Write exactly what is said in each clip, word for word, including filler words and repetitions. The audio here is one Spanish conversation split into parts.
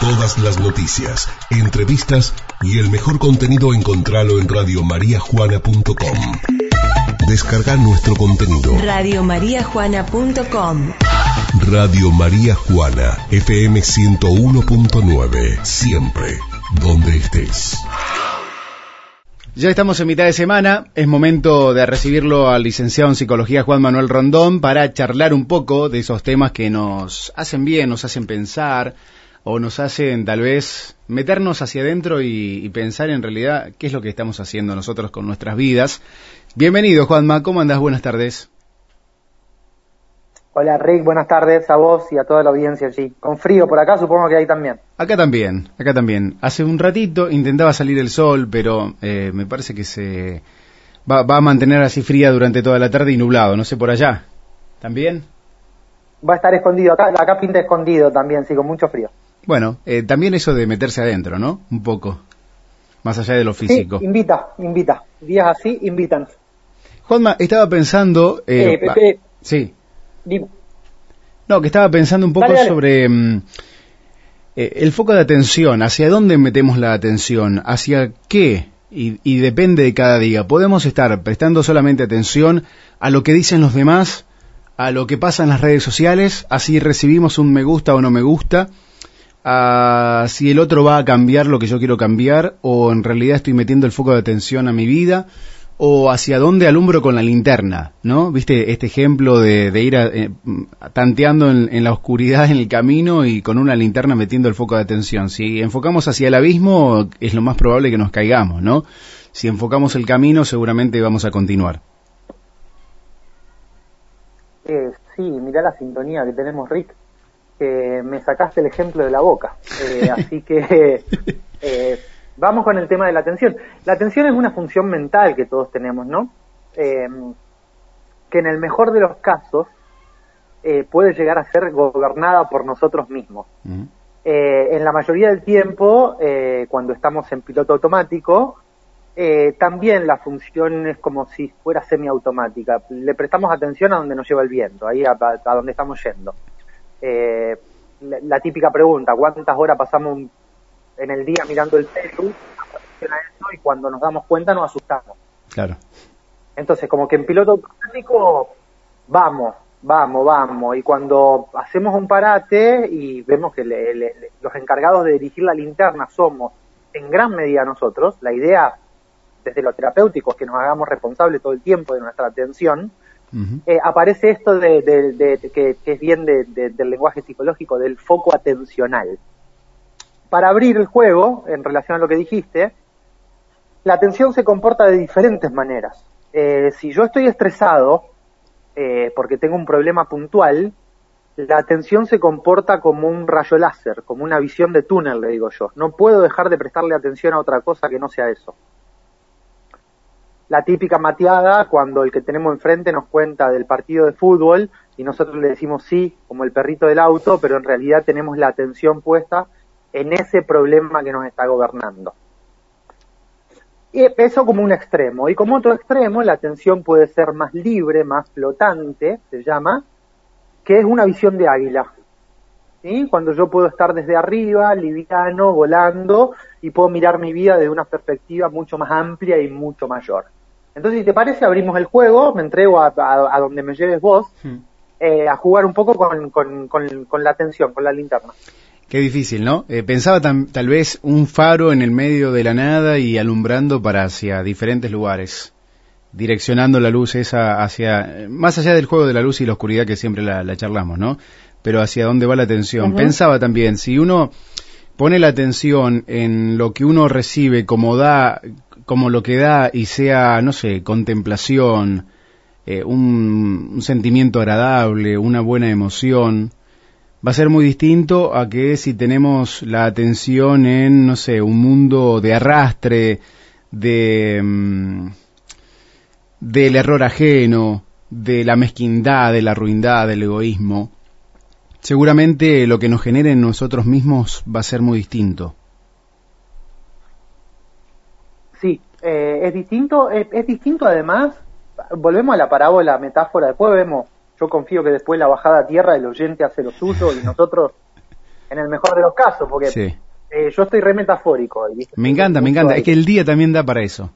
Todas las noticias, entrevistas y el mejor contenido encontralo en radio maría juana punto com. Descarga nuestro contenido. radio maría juana punto com. Radio María Juana, F M ciento uno punto nueve. Siempre, donde estés. Ya estamos en mitad de semana, es momento de recibirlo al licenciado en Psicología Juan Manuel Rondón para charlar un poco de esos temas que nos hacen bien, nos hacen pensar o nos hacen tal vez meternos hacia adentro y, y pensar en realidad qué es lo que estamos haciendo nosotros con nuestras vidas. Bienvenido, Juanma, ¿cómo andás? Buenas tardes. Hola Rick, buenas tardes a vos y a toda la audiencia allí. Con frío por acá, supongo que ahí también. Acá también, acá también. Hace un ratito intentaba salir el sol, pero eh, me parece que se va, va a mantener así fría durante toda la tarde y nublado. No sé, por allá. ¿También? Va a estar escondido, acá, acá pinta escondido también, sí, con mucho frío. Bueno, eh, también eso de meterse adentro, ¿no? Un poco, más allá de lo físico. Sí, invita, invita. Días así, invitan. Juanma, estaba pensando... Eh, eh, Pepe, sí. Dime. No, que estaba pensando un poco dale, dale. sobre um, eh, el foco de atención, hacia dónde metemos la atención, hacia qué, y, y depende de cada día. Podemos estar prestando solamente atención a lo que dicen los demás, a lo que pasa en las redes sociales, así recibimos un me gusta o no me gusta, a si el otro va a cambiar lo que yo quiero cambiar, o en realidad estoy metiendo el foco de atención a mi vida, o hacia dónde alumbro con la linterna, ¿no? ¿Viste este ejemplo de, de ir a, eh, tanteando en, en la oscuridad en el camino y con una linterna metiendo el foco de atención? Si enfocamos hacia el abismo, es lo más probable que nos caigamos, ¿no? Si enfocamos el camino, seguramente vamos a continuar. Eh, sí, mirá la sintonía que tenemos, Rick, que me sacaste el ejemplo de la boca, eh, así que... Eh, Vamos con el tema de la atención. La atención es una función mental que todos tenemos, ¿no? Eh, que en el mejor de los casos eh, puede llegar a ser gobernada por nosotros mismos. Uh-huh. Eh, en la mayoría del tiempo, eh, cuando estamos en piloto automático, eh, también la función es como si fuera semiautomática. Le prestamos atención a donde nos lleva el viento, ahí a, a, a donde estamos yendo. Eh, la, la típica pregunta, ¿cuántas horas pasamos un en el día mirando el celu, y cuando nos damos cuenta nos asustamos? Claro. Entonces, como que en piloto automático, vamos, vamos, vamos, y cuando hacemos un parate y vemos que le, le, le, los encargados de dirigir la linterna somos en gran medida nosotros, la idea desde lo terapéutico es que nos hagamos responsables todo el tiempo de nuestra atención, uh-huh. eh, aparece esto de, de, de, de que, que es bien de, de, del lenguaje psicológico, del foco atencional. Para abrir el juego, en relación a lo que dijiste, la atención se comporta de diferentes maneras. Eh, si yo estoy estresado eh, porque tengo un problema puntual, la atención se comporta como un rayo láser, como una visión de túnel, le digo yo. No puedo dejar de prestarle atención a otra cosa que no sea eso. La típica mateada, cuando el que tenemos enfrente nos cuenta del partido de fútbol y nosotros le decimos sí, como el perrito del auto, pero en realidad tenemos la atención puesta en ese problema que nos está gobernando. Y eso como un extremo. Y como otro extremo, la atención puede ser más libre, más flotante, se llama, que es una visión de águila. ¿Sí? Cuando yo puedo estar desde arriba, liviano, volando, y puedo mirar mi vida desde una perspectiva mucho más amplia y mucho mayor. Entonces, si te parece, abrimos el juego, me entrego a, a, a donde me lleves vos, hmm. eh, a jugar un poco con, con, con, con la atención, con la linterna. Qué difícil, ¿no? Eh, pensaba tam, tal vez un faro en el medio de la nada y alumbrando para hacia diferentes lugares, direccionando la luz esa hacia, más allá del juego de la luz y la oscuridad que siempre la, la charlamos, ¿no? Pero hacia dónde va la atención. Uh-huh. Pensaba también, si uno pone la atención en lo que uno recibe como da, como lo que da y sea, no sé, contemplación, eh, un, un sentimiento agradable, una buena emoción, va a ser muy distinto a que si tenemos la atención en, no sé, un mundo de arrastre, de um, del error ajeno, de la mezquindad, de la ruindad, del egoísmo. Seguramente lo que nos genere en nosotros mismos va a ser muy distinto. Sí, eh, es distinto, es, es distinto además, volvemos a la parábola, metáfora, después vemos. Yo confío que después la bajada a tierra el oyente hace lo suyo y nosotros en el mejor de los casos, porque sí. eh, yo estoy re metafórico. ¿Viste? Me encanta, me encanta, ahí. Es que el día también da para eso.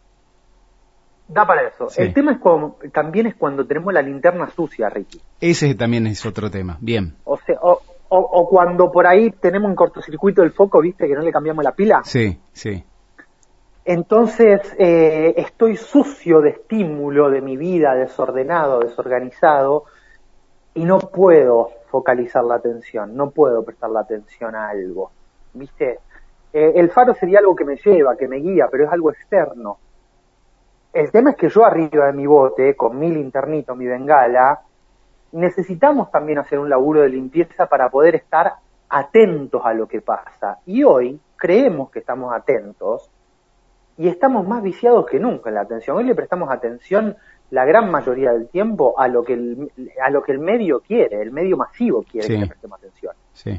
Da para eso. Sí. El tema es como, también es cuando tenemos la linterna sucia, Ricky. Ese también es otro tema, bien. O sea, o, o, o cuando por ahí tenemos un cortocircuito del foco, ¿viste? Que no le cambiamos la pila. Sí, sí. Entonces, eh, estoy sucio de estímulo de mi vida, desordenado, desorganizado, y no puedo focalizar la atención, no puedo prestar la atención a algo, ¿viste? Eh, el faro sería algo que me lleva, que me guía, pero es algo externo. El tema es que yo arriba de mi bote, con mi linternito, mi bengala, necesitamos también hacer un laburo de limpieza para poder estar atentos a lo que pasa. Y hoy creemos que estamos atentos y estamos más viciados que nunca en la atención. Hoy le prestamos atención la gran mayoría del tiempo a lo que el, a lo que el medio quiere, el medio masivo quiere sí. que le prestemos atención. Sí.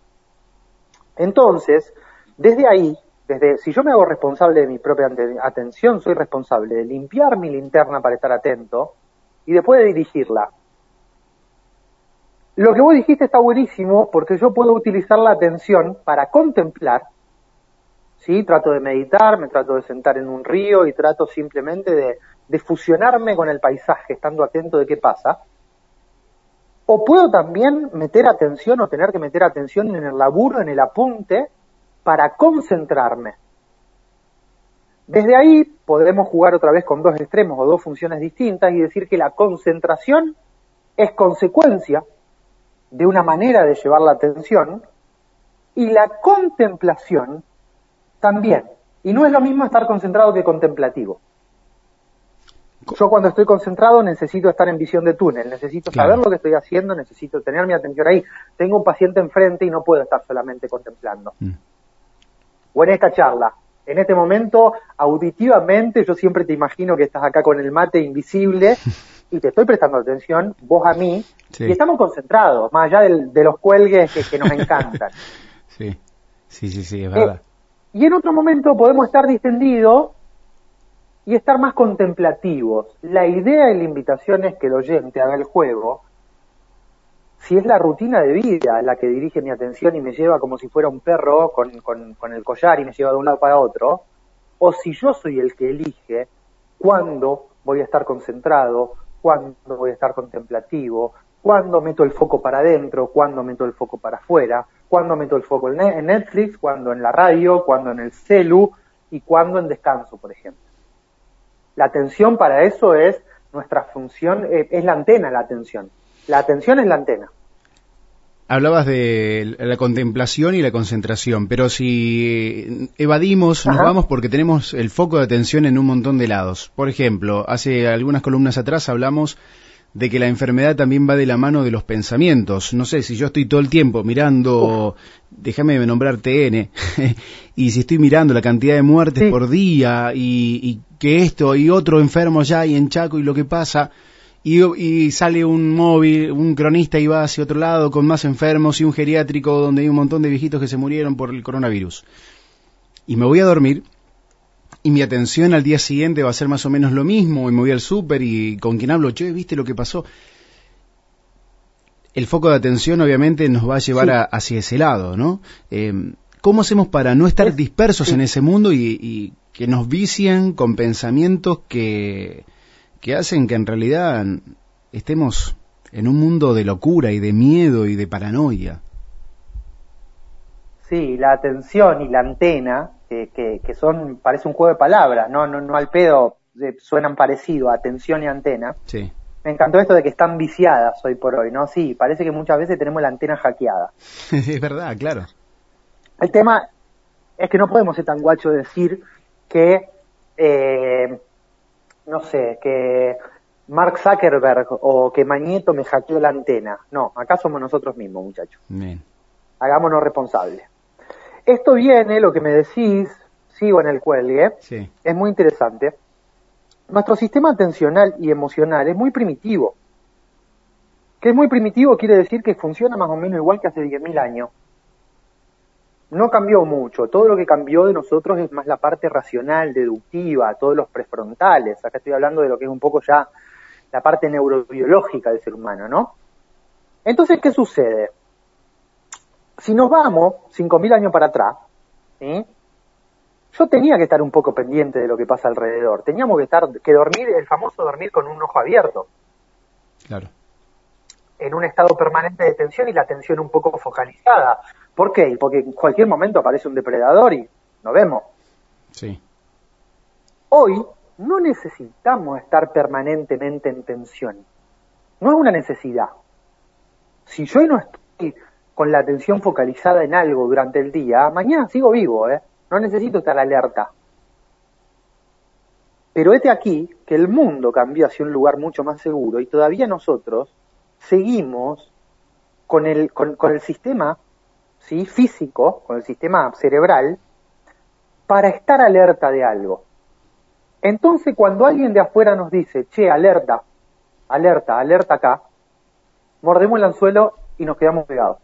Entonces, desde ahí, desde si yo me hago responsable de mi propia atención, soy responsable de limpiar mi linterna para estar atento y después de dirigirla. Lo que vos dijiste está buenísimo porque yo puedo utilizar la atención para contemplar, ¿sí? Trato de meditar, me trato de sentar en un río y trato simplemente de, de fusionarme con el paisaje, estando atento de qué pasa. O puedo también meter atención o tener que meter atención en el laburo, en el apunte, para concentrarme. Desde ahí podemos jugar otra vez con dos extremos o dos funciones distintas y decir que la concentración es consecuencia de una manera de llevar la atención y la contemplación también. Y no es lo mismo estar concentrado que contemplativo. Yo cuando estoy concentrado necesito estar en visión de túnel, necesito claro. saber lo que estoy haciendo, necesito tener mi atención ahí. Tengo un paciente enfrente y no puedo estar solamente contemplando. Mm. O en esta charla, en este momento, auditivamente, yo siempre te imagino que estás acá con el mate invisible y te estoy prestando atención, vos a mí, sí. y estamos concentrados, más allá del, de los cuelgues que, que nos encantan. Sí, sí, sí, sí, es verdad. Eh, y en otro momento podemos estar distendidos y estar más contemplativos. La idea y la invitación es que el oyente haga el juego, si es la rutina de vida la que dirige mi atención y me lleva como si fuera un perro con, con, con el collar y me lleva de un lado para otro, o si yo soy el que elige cuándo voy a estar concentrado, cuándo voy a estar contemplativo, cuándo meto el foco para adentro, cuándo meto el foco para afuera, cuándo meto el foco en Netflix, cuándo en la radio, cuándo en el celu y cuándo en descanso, por ejemplo. La atención para eso es nuestra función, eh, es la antena la atención. La atención es la antena. Hablabas de la contemplación y la concentración, pero si evadimos, Ajá. nos vamos porque tenemos el foco de atención en un montón de lados. Por ejemplo, hace algunas columnas atrás hablamos de que la enfermedad también va de la mano de los pensamientos. No sé, si yo estoy todo el tiempo mirando, Uf. déjame nombrar T N, y si estoy mirando la cantidad de muertes sí. por día, y, y que esto y otro enfermo ya y en Chaco y lo que pasa, y, y sale un móvil, un cronista y va hacia otro lado con más enfermos y un geriátrico donde hay un montón de viejitos que se murieron por el coronavirus. Y me voy a dormir, y mi atención al día siguiente va a ser más o menos lo mismo, y me voy al súper y con quien hablo, che, ¿viste lo que pasó? El foco de atención obviamente nos va a llevar sí. a, hacia ese lado, ¿no? Eh, ¿Cómo hacemos para no estar dispersos sí. en ese mundo y, y que nos vicien con pensamientos que, que hacen que en realidad estemos en un mundo de locura y de miedo y de paranoia? Sí, la atención y la antena, que, que, que son, parece un juego de palabras, no, no, no al pedo, suenan parecido, atención y antena. Sí. Me encantó esto de que están viciadas hoy por hoy, ¿no? Sí, parece que muchas veces tenemos la antena hackeada. Es verdad, claro. El tema es que no podemos ser tan guachos de decir que, eh, no sé, que Mark Zuckerberg o que Magneto me hackeó la antena. No, acá somos nosotros mismos, muchachos. Bien. Hagámonos responsables. Esto viene, lo que me decís, sigo en el cuelgue, sí. es muy interesante. Nuestro sistema atencional y emocional es muy primitivo. Que es muy primitivo quiere decir que funciona más o menos igual que hace diez mil años. No cambió mucho. Todo lo que cambió de nosotros es más la parte racional, deductiva, todos los prefrontales. Acá estoy hablando de lo que es un poco ya la parte neurobiológica del ser humano, ¿no? Entonces, ¿qué sucede? Si nos vamos cinco mil años para atrás, ¿sí? Yo tenía que estar un poco pendiente de lo que pasa alrededor. Teníamos que estar, que dormir, el famoso dormir con un ojo abierto. Claro. En un estado permanente de tensión y la atención un poco focalizada. ¿Por qué? Porque en cualquier momento aparece un depredador y nos vemos. Sí. Hoy no necesitamos estar permanentemente en tensión. No es una necesidad. Si yo hoy no estoy con la atención focalizada en algo durante el día, mañana sigo vivo, ¿eh? No necesito estar alerta. Pero este aquí, que el mundo cambió hacia un lugar mucho más seguro y todavía nosotros seguimos con el, con, con el sistema, ¿sí?, físico, con el sistema cerebral, para estar alerta de algo. Entonces, cuando alguien de afuera nos dice, che, alerta, alerta, alerta acá, mordemos el anzuelo y nos quedamos pegados.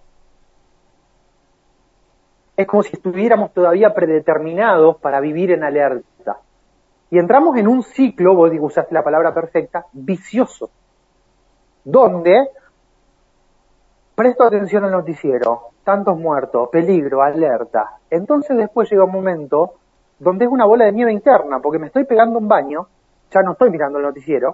Es como si estuviéramos todavía predeterminados para vivir en alerta. Y entramos en un ciclo, vos usaste la palabra perfecta, vicioso, donde presto atención al noticiero, tantos muertos, peligro, alerta. Entonces después llega un momento donde es una bola de nieve interna, porque me estoy pegando un baño, ya no estoy mirando el noticiero,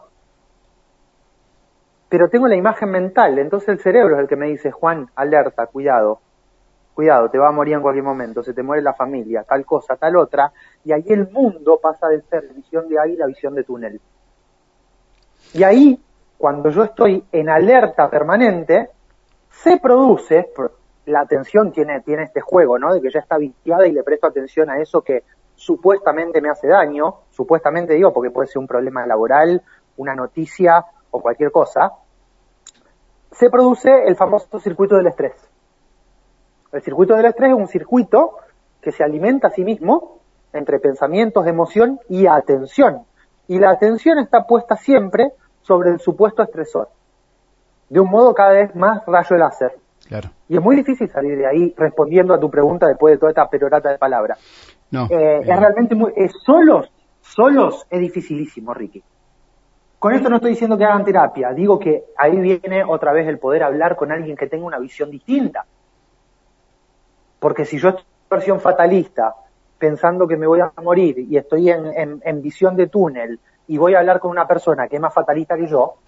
pero tengo la imagen mental, entonces el cerebro es el que me dice, Juan, alerta, cuidado. Cuidado, te va a morir en cualquier momento, se te muere la familia, tal cosa, tal otra, y ahí el mundo pasa de ser visión de águila a visión de túnel. Y ahí, cuando yo estoy en alerta permanente, se produce, la atención tiene, tiene este juego, ¿no?, de que ya está viciada y le presto atención a eso que supuestamente me hace daño, supuestamente digo, porque puede ser un problema laboral, una noticia o cualquier cosa, se produce el famoso circuito del estrés. El circuito del estrés es un circuito que se alimenta a sí mismo entre pensamientos, emoción y atención. Y la atención está puesta siempre sobre el supuesto estresor, de un modo cada vez más rayo láser. Claro. Y es muy difícil salir de ahí respondiendo a tu pregunta después de toda esta perorata de palabras. No, eh, eh... Es realmente muy... Eh, solos, solos es dificilísimo, Ricky. Con esto no estoy diciendo que hagan terapia, digo que ahí viene otra vez el poder hablar con alguien que tenga una visión distinta. Porque si yo estoy en versión fatalista, pensando que me voy a morir y estoy en, en, en visión de túnel y voy a hablar con una persona que es más fatalista que yo,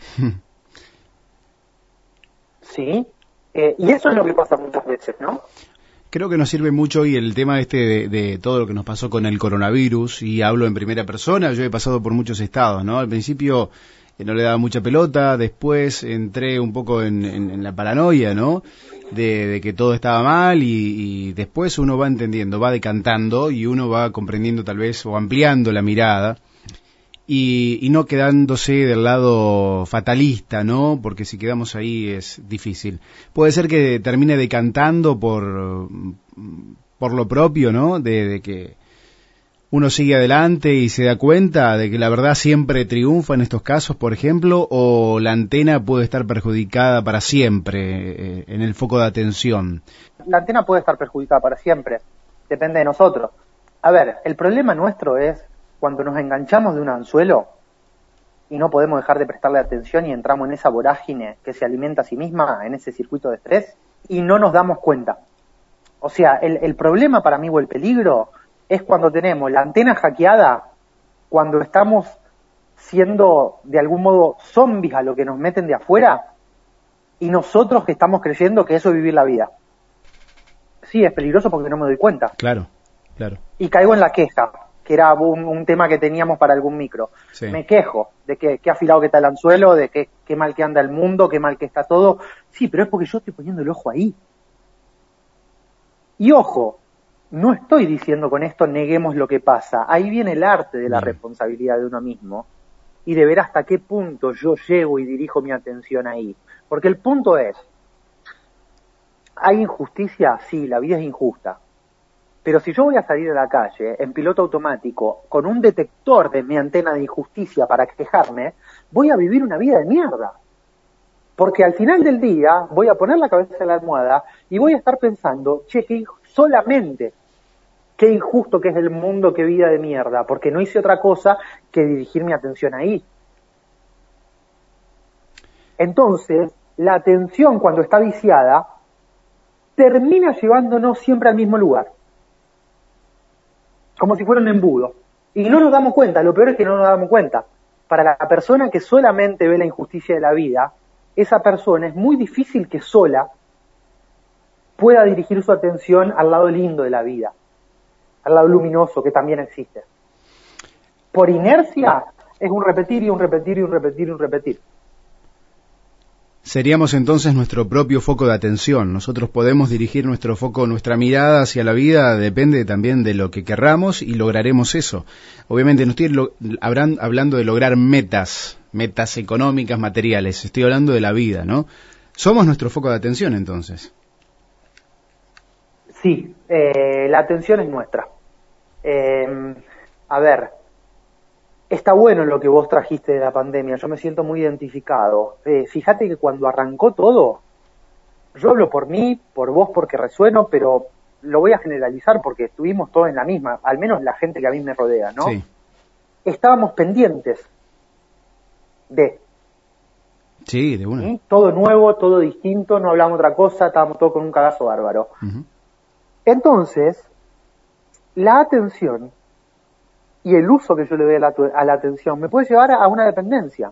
¿sí? Eh, y eso es lo que pasa muchas veces, ¿no? Creo que nos sirve mucho hoy el tema este de, de todo lo que nos pasó con el coronavirus, y hablo en primera persona. Yo he pasado por muchos estados, ¿no? Al principio eh, no le daba mucha pelota, después entré un poco en, en, en la paranoia, ¿no?, de, de que todo estaba mal, y, y después uno va entendiendo, va decantando, y uno va comprendiendo tal vez, o ampliando la mirada, y, y no quedándose del lado fatalista, ¿no?, porque si quedamos ahí es difícil. Puede ser que termine decantando por, por lo propio, ¿no?, de, de que uno sigue adelante y se da cuenta de que la verdad siempre triunfa en estos casos, por ejemplo, o la antena puede estar perjudicada para siempre eh, en el foco de atención. La antena puede estar perjudicada para siempre, depende de nosotros. A ver, el problema nuestro es cuando nos enganchamos de un anzuelo y no podemos dejar de prestarle atención y entramos en esa vorágine que se alimenta a sí misma, en ese circuito de estrés, y no nos damos cuenta. O sea, el, el problema para mí o el peligro es cuando tenemos la antena hackeada, cuando estamos siendo de algún modo zombies a lo que nos meten de afuera, y nosotros que estamos creyendo que eso es vivir la vida. Sí, es peligroso porque no me doy cuenta. Claro, claro. Y caigo en la queja, que era un, un tema que teníamos para algún micro. Sí. Me quejo de que, que afilado que está el anzuelo, de que qué mal que anda el mundo, qué mal que está todo. Sí, pero es porque yo estoy poniendo el ojo ahí. Y ojo, no estoy diciendo con esto neguemos lo que pasa. Ahí viene el arte de la responsabilidad de uno mismo y de ver hasta qué punto yo llego y dirijo mi atención ahí. Porque el punto es, ¿hay injusticia? Sí, la vida es injusta. Pero si yo voy a salir a la calle en piloto automático con un detector de mi antena de injusticia para quejarme, voy a vivir una vida de mierda. Porque al final del día voy a poner la cabeza en la almohada y voy a estar pensando, che, que solamente qué injusto que es el mundo, qué vida de mierda, porque no hice otra cosa que dirigir mi atención ahí. Entonces, la atención cuando está viciada termina llevándonos siempre al mismo lugar, como si fuera un embudo, y no nos damos cuenta. Lo peor es que no nos damos cuenta. Para la persona que solamente ve la injusticia de la vida, esa persona es muy difícil que sola pueda dirigir su atención al lado lindo de la vida, al lado luminoso que también existe. Por inercia es un repetir y un repetir y un repetir y un repetir. Seríamos entonces nuestro propio foco de atención. Nosotros podemos dirigir nuestro foco, nuestra mirada hacia la vida, depende también de lo que querramos y lograremos eso. Obviamente no estoy lo, habrán, hablando de lograr metas, metas económicas, materiales, estoy hablando de la vida, ¿no? Somos nuestro foco de atención entonces. Sí, eh, la atención es nuestra. Eh, a ver, está bueno lo que vos trajiste de la pandemia, yo me siento muy identificado. Eh, fíjate que cuando arrancó todo, yo hablo por mí, por vos porque resueno, pero lo voy a generalizar porque estuvimos todos en la misma, al menos la gente que a mí me rodea, ¿no? Sí. Estábamos pendientes de... Sí, de una. ¿sí? Todo nuevo, todo distinto, no hablamos otra cosa, estábamos todos con un cagazo bárbaro. Uh-huh. Entonces, la atención y el uso que yo le doy a la, a la atención me puede llevar a una dependencia.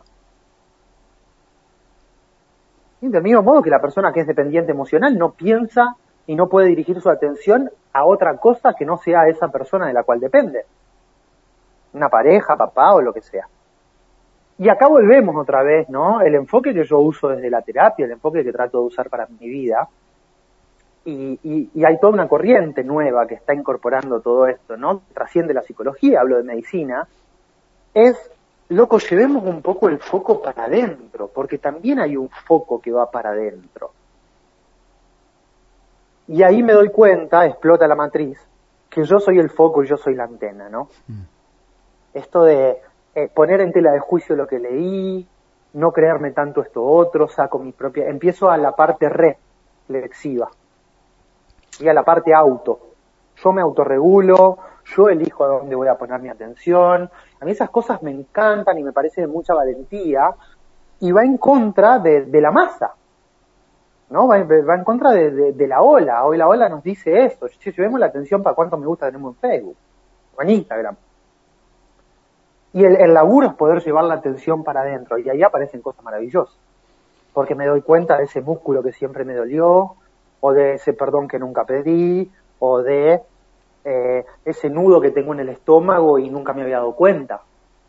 Y del mismo modo que la persona que es dependiente emocional no piensa y no puede dirigir su atención a otra cosa que no sea esa persona de la cual depende. Una pareja, papá o lo que sea. Y acá volvemos otra vez, ¿no? El enfoque que yo uso desde la terapia, el enfoque que trato de usar para mi vida, Y, y, y hay toda una corriente nueva que está incorporando todo esto, ¿no? Trasciende la psicología, hablo de medicina, es, loco, llevemos un poco el foco para adentro, porque también hay un foco que va para adentro. Y ahí me doy cuenta, explota la matriz, que yo soy el foco y yo soy la antena, ¿no? Mm. Esto de eh, poner en tela de juicio lo que leí, no creerme tanto esto otro, saco mi propia... Empiezo a la parte reflexiva. Y a la parte auto. Yo me autorregulo, yo elijo a dónde voy a poner mi atención. A mí esas cosas me encantan y me parece de mucha valentía y va en contra de, de la masa, ¿no? Va, va en contra de, de, de la ola. Hoy la ola nos dice eso. Si llevemos la atención para cuánto me gusta tenemos en Facebook o en Instagram. Y el, el laburo es poder llevar la atención para adentro y ahí aparecen cosas maravillosas. Porque me doy cuenta de ese músculo que siempre me dolió, o de ese perdón que nunca pedí, o de eh, ese nudo que tengo en el estómago y nunca me había dado cuenta.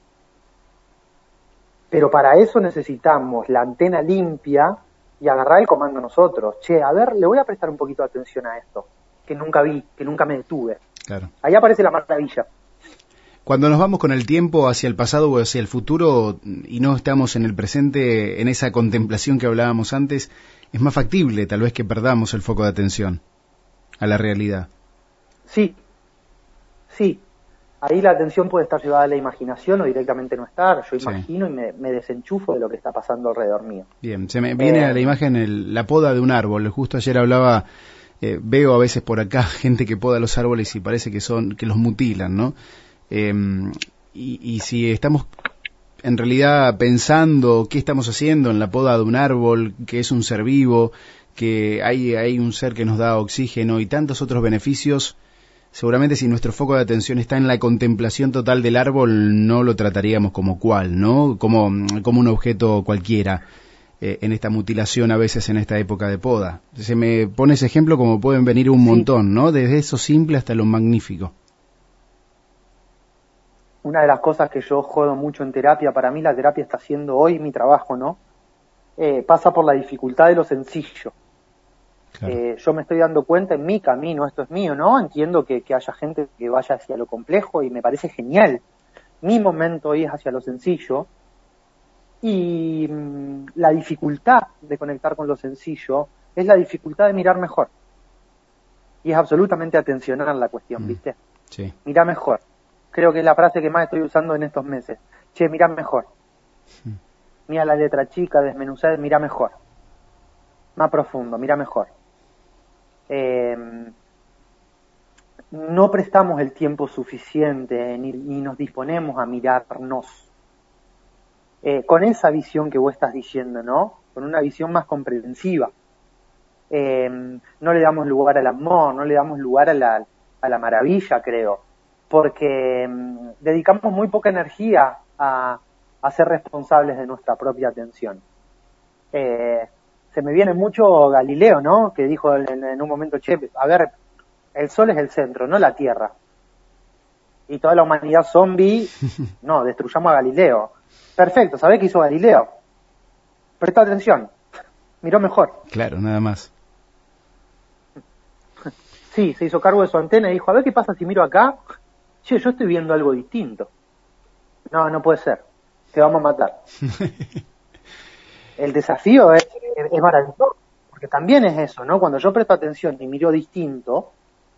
Pero para eso necesitamos la antena limpia y agarrar el comando nosotros. Che, a ver, le voy a prestar un poquito de atención a esto, que nunca vi, que nunca me detuve. Claro. Ahí aparece la maravilla. Cuando nos vamos con el tiempo hacia el pasado o hacia el futuro y no estamos en el presente, en esa contemplación que hablábamos antes, es más factible tal vez que perdamos el foco de atención a la realidad. Sí, sí. Ahí la atención puede estar llevada a la imaginación o directamente no estar. Yo imagino sí. y me, me desenchufo de lo que está pasando alrededor mío. Bien, se me viene eh, a la imagen el, la poda de un árbol. Justo ayer hablaba, eh, veo a veces por acá gente que poda los árboles y parece que son que los mutilan, ¿no? Eh, y, y si estamos en realidad pensando qué estamos haciendo en la poda de un árbol, que es un ser vivo, que hay, hay un ser que nos da oxígeno y tantos otros beneficios, seguramente si nuestro foco de atención está en la contemplación total del árbol, no lo trataríamos como cual, ¿no? Como, como un objeto cualquiera, eh, en esta mutilación a veces en esta época de poda. Se me pone ese ejemplo como pueden venir un montón, ¿no? Desde eso simple hasta lo magnífico. Una de las cosas que yo jodo mucho en terapia, para mí la terapia está haciendo hoy mi trabajo, ¿no? Eh, pasa por la dificultad de lo sencillo. Claro. Eh, yo me estoy dando cuenta en mi camino, esto es mío, ¿no? Entiendo que, que haya gente que vaya hacia lo complejo y me parece genial. Mi momento hoy es hacia lo sencillo y mmm, la dificultad de conectar con lo sencillo es la dificultad de mirar mejor. Y es absolutamente atencional la cuestión, mm. ¿viste? Sí. Mira mejor. Creo que es la frase que más estoy usando en estos meses. Che, mira mejor. Mm. Mira la letra chica, desmenuzada, mira mejor. Más profundo, mira mejor. Eh, no prestamos el tiempo suficiente ni, ni nos disponemos a mirarnos eh, con esa visión que vos estás diciendo, ¿no? Con una visión más comprensiva. eh, no le damos lugar al amor, no le damos lugar a la, a la maravilla, creo, porque eh, dedicamos muy poca energía a, a ser responsables de nuestra propia atención. Eh, se me viene mucho Galileo, ¿no? Que dijo en, en un momento, che, a ver, el sol es el centro, no la Tierra. Y toda la humanidad zombie, no, destruyamos a Galileo. Perfecto, ¿sabés qué hizo Galileo? Presta atención, miró mejor. Claro, nada más. Sí, se hizo cargo de su antena y dijo, a ver qué pasa si miro acá. Che, yo estoy viendo algo distinto. No, no puede ser, te vamos a matar. El desafío es, es maravilloso, porque también es eso, ¿no? Cuando yo presto atención y miro distinto,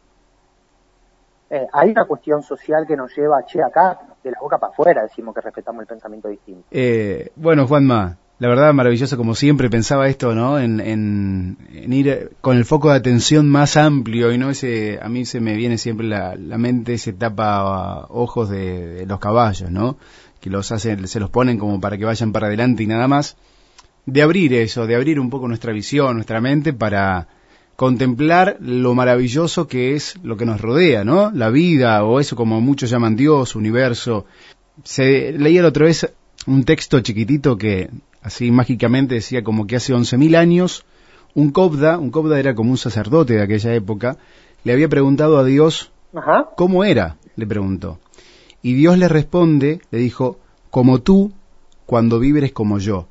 eh, hay una cuestión social que nos lleva, che, acá, de la boca para afuera, decimos que respetamos el pensamiento distinto. Eh, bueno, Juanma, la verdad maravilloso como siempre, pensaba esto, ¿no? En, en, en ir con el foco de atención más amplio y no ese, a mí se me viene siempre la, la mente ese tapa ojos de, de los caballos, ¿no? Que los hacen, se los ponen como para que vayan para adelante y nada más. De abrir eso, de abrir un poco nuestra visión, nuestra mente para contemplar lo maravilloso que es lo que nos rodea, ¿no? La vida, o eso como muchos llaman Dios, universo. Se leía la otra vez un texto chiquitito que así mágicamente decía como que hace once mil años un Cobda, un Cobda era como un sacerdote de aquella época, le había preguntado a Dios, ajá, ¿cómo era? Le preguntó. Y Dios le responde, le dijo, como tú cuando vibres como yo.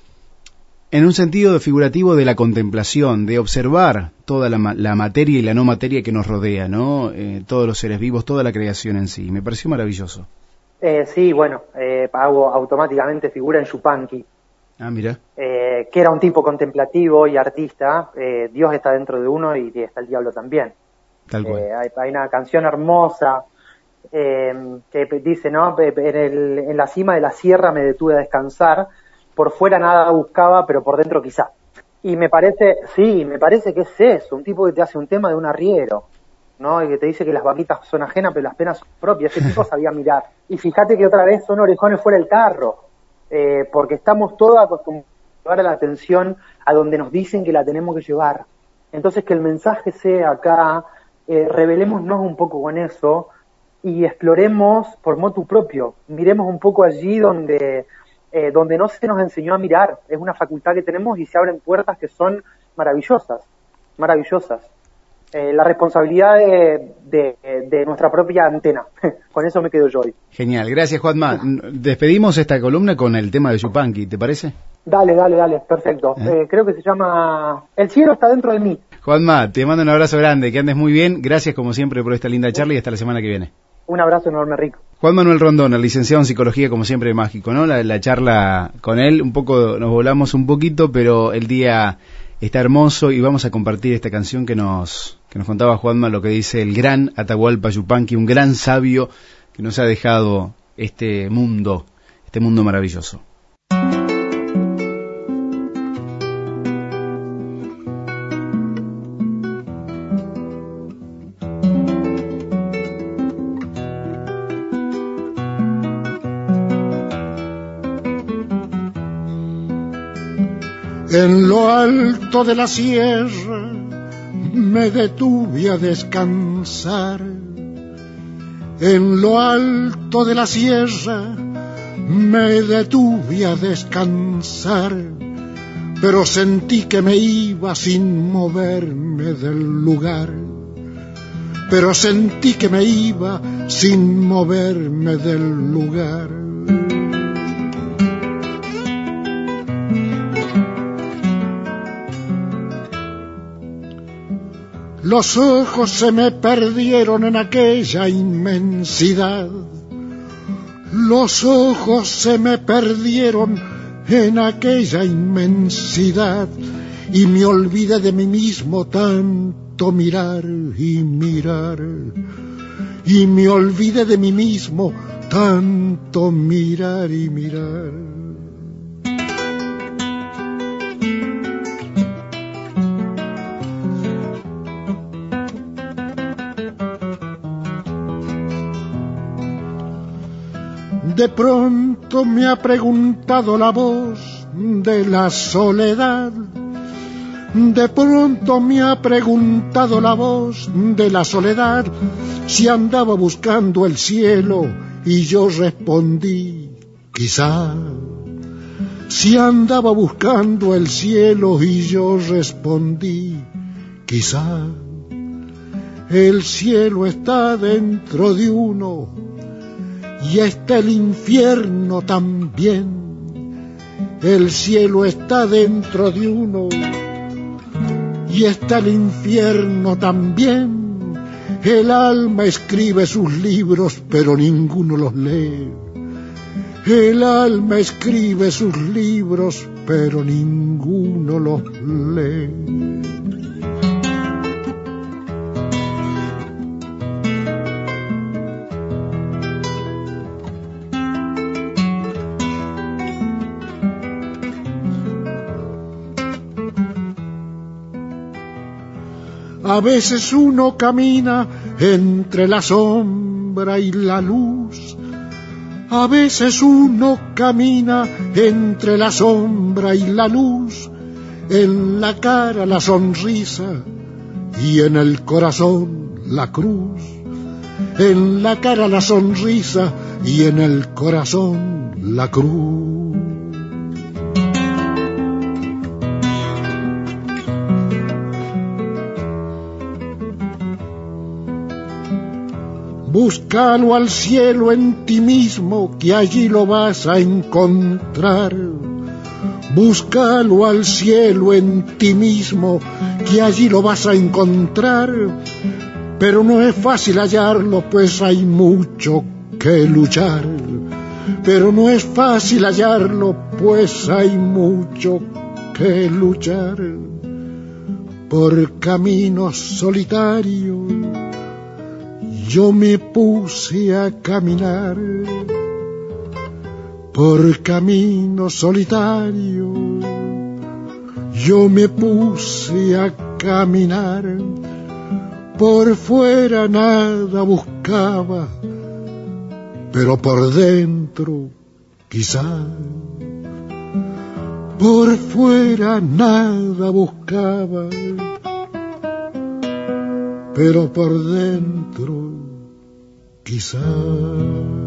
En un sentido figurativo de la contemplación, de observar toda la, la materia y la no materia que nos rodea, ¿no? Eh, todos los seres vivos, toda la creación en sí. Me pareció maravilloso. Eh, sí, bueno, eh, hago automáticamente figura en Yupanqui. Ah, mira. Eh, que era un tipo contemplativo y artista. Eh, Dios está dentro de uno y está el diablo también. Tal cual. Eh, hay, hay una canción hermosa eh, que dice, ¿no? En, el, en la cima de la sierra me detuve a descansar. Por fuera nada buscaba, pero por dentro quizá. Y me parece, sí, me parece que es eso, un tipo que te hace un tema de un arriero, ¿no? Y que te dice que las vaquitas son ajenas, pero las penas son propias. Ese tipo sabía mirar. Y fíjate que otra vez son orejones fuera del tarro, eh, porque estamos todos acostumbrados a llevar la atención a donde nos dicen que la tenemos que llevar. Entonces que el mensaje sea acá, eh, revelémonos un poco con eso y exploremos por motu propio. Miremos un poco allí donde... Eh, donde no se nos enseñó a mirar. Es una facultad que tenemos y se abren puertas que son maravillosas, maravillosas. Eh, la responsabilidad de, de, de nuestra propia antena. Con eso me quedo yo hoy. Genial, gracias Juanma. Despedimos esta columna con el tema de Yupanqui, ¿te parece? Dale, dale, dale, perfecto. ¿Eh? Eh, creo que se llama El cielo está dentro de mí. Juanma, te mando un abrazo grande, que andes muy bien. Gracias como siempre por esta linda charla y hasta la semana que viene. Un abrazo enorme, Rico. Juan Manuel Rondón, el licenciado en psicología, como siempre, mágico, ¿no? La, la charla con él, un poco, nos volamos un poquito, pero el día está hermoso y vamos a compartir esta canción que nos, que nos contaba Juanma, lo que dice el gran Atahualpa Yupanqui, un gran sabio que nos ha dejado este mundo, este mundo maravilloso. En lo alto de la sierra me detuve a descansar. En lo alto de la sierra me detuve a descansar, pero sentí que me iba sin moverme del lugar. Pero sentí que me iba sin moverme del lugar. Los ojos se me perdieron en aquella inmensidad. Los ojos se me perdieron en aquella inmensidad y me olvidé de mí mismo tanto mirar y mirar. Y me olvidé de mí mismo tanto mirar y mirar. De pronto me ha preguntado la voz de la soledad, De pronto me ha preguntado la voz de la soledad si andaba buscando el cielo, y yo respondí, quizá. Si andaba buscando el cielo, y yo respondí, quizá. El cielo está dentro de uno y está el infierno también. El cielo está dentro de uno y está el infierno también. El alma escribe sus libros, pero ninguno los lee. El alma escribe sus libros, pero ninguno los lee. A veces uno camina entre la sombra y la luz. A veces uno camina entre la sombra y la luz. En la cara la sonrisa y en el corazón la cruz. En la cara la sonrisa y en el corazón la cruz. Búscalo al cielo en ti mismo, que allí lo vas a encontrar. Búscalo al cielo en ti mismo, que allí lo vas a encontrar. Pero no es fácil hallarlo, pues hay mucho que luchar. Pero no es fácil hallarlo, pues hay mucho que luchar. Por caminos solitarios yo me puse a caminar, por caminos solitarios yo me puse a caminar. Por fuera nada buscaba, pero por dentro quizá. Por fuera nada buscaba, pero por dentro quizá.